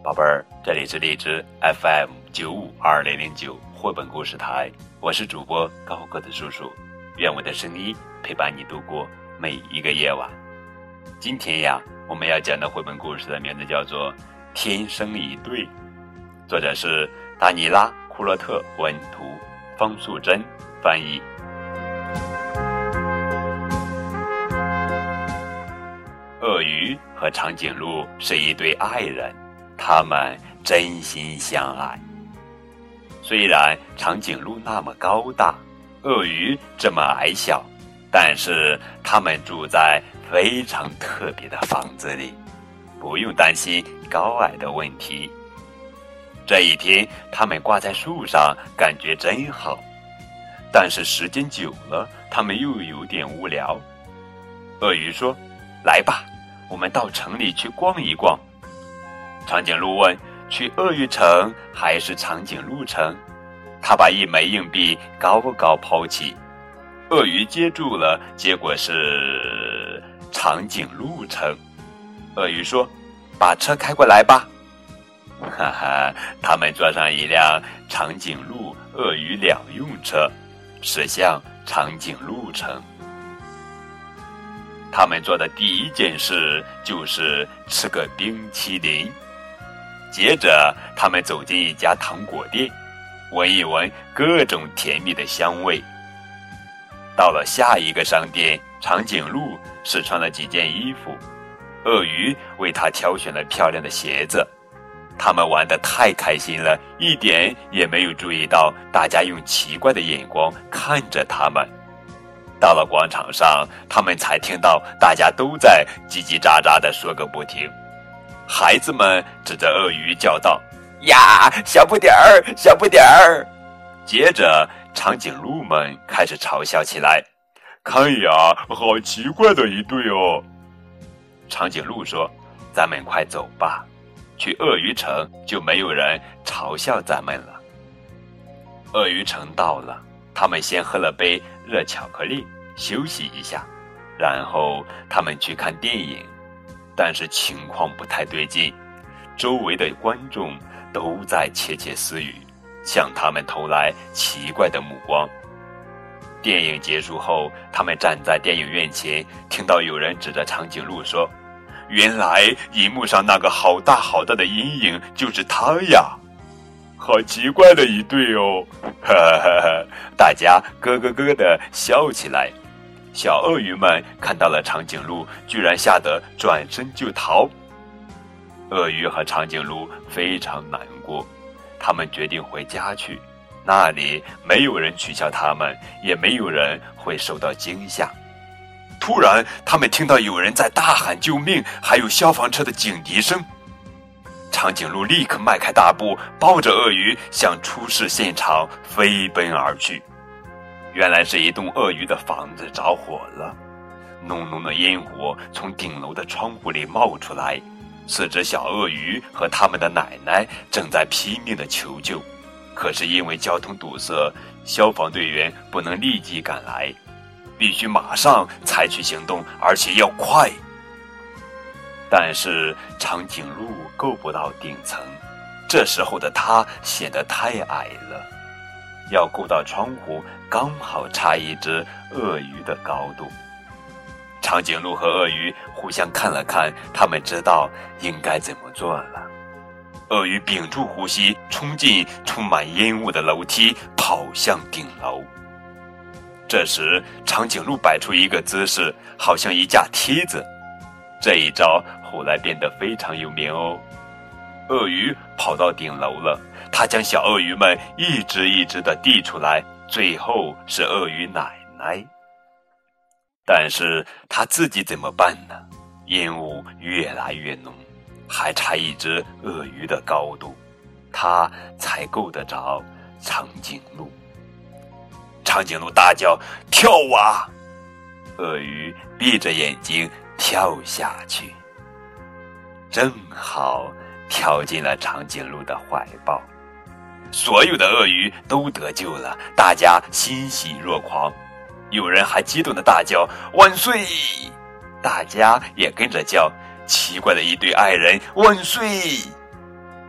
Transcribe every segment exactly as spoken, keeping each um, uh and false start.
宝贝儿，这里是荔枝 F M 九五二零零九绘本故事台，我是主播高个子叔叔，愿我的声音陪伴你度过每一个夜晚。今天呀，我们要讲的绘本故事的名字叫做《天生一对》，作者是达尼拉·库洛特文图，方素珍翻译。鳄鱼和长颈鹿是一对爱人，他们真心相爱。虽然长颈鹿那么高大，鳄鱼这么矮小，但是他们住在非常特别的房子里，不用担心高矮的问题。这一天，他们挂在树上，感觉真好。但是时间久了，他们又有点无聊。鳄鱼说：“来吧，我们到城里去逛一逛。”长颈鹿问：“去鳄鱼城还是长颈鹿城？”他把一枚硬币高高抛起，鳄鱼接住了，结果是长颈鹿城。鳄鱼说：“把车开过来吧。”哈哈，他们坐上一辆长颈鹿鳄鱼两用车，驶向长颈鹿城。他们做的第一件事就是吃个冰淇淋。接着他们走进一家糖果店，闻一闻各种甜蜜的香味。到了下一个商店，长颈鹿试穿了几件衣服，鳄鱼为他挑选了漂亮的鞋子。他们玩得太开心了，一点也没有注意到大家用奇怪的眼光看着他们。到了广场上，他们才听到大家都在叽叽喳喳地说个不停。孩子们指着鳄鱼叫道：“呀，小不点儿，小不点儿！”接着长颈鹿们开始嘲笑起来：“看呀，好奇怪的一对哦！”长颈鹿说：“咱们快走吧，去鳄鱼城就没有人嘲笑咱们了。”鳄鱼城到了，他们先喝了杯热巧克力休息一下，然后他们去看电影。但是情况不太对劲，周围的观众都在窃窃私语，向他们投来奇怪的目光。电影结束后，他们站在电影院前，听到有人指着长颈鹿说：“原来荧幕上那个好大好大的阴影就是他呀，好奇怪的一对哦！”哈哈哈，大家咯咯咯地笑起来。小鳄鱼们看到了长颈鹿，居然吓得转身就逃。鳄鱼和长颈鹿非常难过，他们决定回家去，那里没有人取笑他们，也没有人会受到惊吓。突然，他们听到有人在大喊救命，还有消防车的警笛声。长颈鹿立刻迈开大步，抱着鳄鱼向出事现场飞奔而去。原来是一栋鳄鱼的房子着火了，浓浓的烟火从顶楼的窗户里冒出来。四只小鳄鱼和他们的奶奶正在拼命地求救，可是因为交通堵塞，消防队员不能立即赶来，必须马上采取行动，而且要快。但是长颈鹿够不到顶层，这时候的它显得太矮了，要够到窗户刚好差一只鳄鱼的高度。长颈鹿和鳄鱼互相看了看，他们知道应该怎么做了。鳄鱼屏住呼吸，冲进充满烟雾的楼梯，跑向顶楼。这时长颈鹿摆出一个姿势，好像一架梯子，这一招后来变得非常有名哦。鳄鱼跑到顶楼了，它将小鳄鱼们一只一只地递出来，最后是鳄鱼奶奶。但是它自己怎么办呢？烟雾越来越浓，还差一只鳄鱼的高度，它才够得着长颈鹿。长颈鹿大叫：“跳啊！”鳄鱼闭着眼睛跳下去，正好跳进了长颈鹿的怀抱。所有的鳄鱼都得救了，大家欣喜若狂，有人还激动地大叫：“万岁！”大家也跟着叫：“奇怪的一对爱人，万岁！”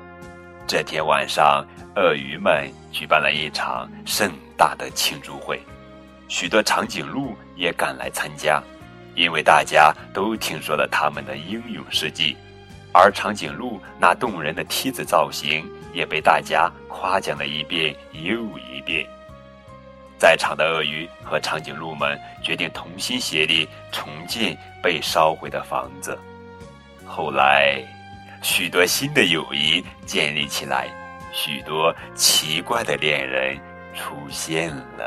这天晚上，鳄鱼们举办了一场盛大的庆祝会，许多长颈鹿也赶来参加，因为大家都听说了他们的英勇事迹，而长颈鹿那动人的梯子造型也被大家夸奖了一遍又一遍。在场的鳄鱼和长颈鹿们决定同心协力重建被烧毁的房子。后来，许多新的友谊建立起来，许多奇怪的恋人出现了。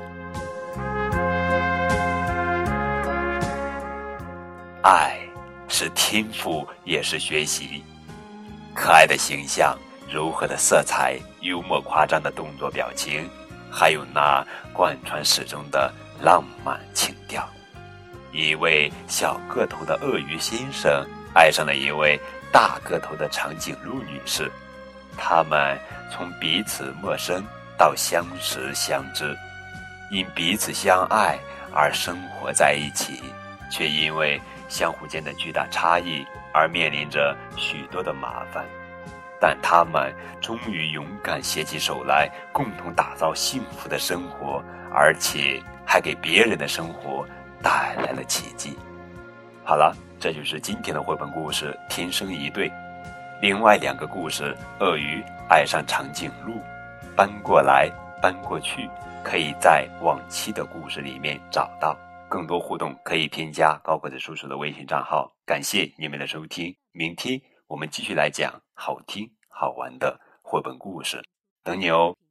爱是天赋，也是学习。可爱的形象，柔和的色彩，幽默夸张的动作表情，还有那贯穿始终的浪漫情调。一位小个头的鳄鱼先生爱上了一位大个头的长颈鹿女士，他们从彼此陌生到相识相知，因彼此相爱而生活在一起，却因为相互间的巨大差异而面临着许多的麻烦。但他们终于勇敢携起手来，共同打造幸福的生活，而且还给别人的生活带来了奇迹。好了，这就是今天的绘本故事《天生一对》。另外两个故事，鳄鱼爱上长颈鹿，搬过来搬过去，可以在往期的故事里面找到。更多互动可以添加高个子叔叔的微信账号。感谢你们的收听，明天我们继续来讲好听好玩的绘本故事，等你哦。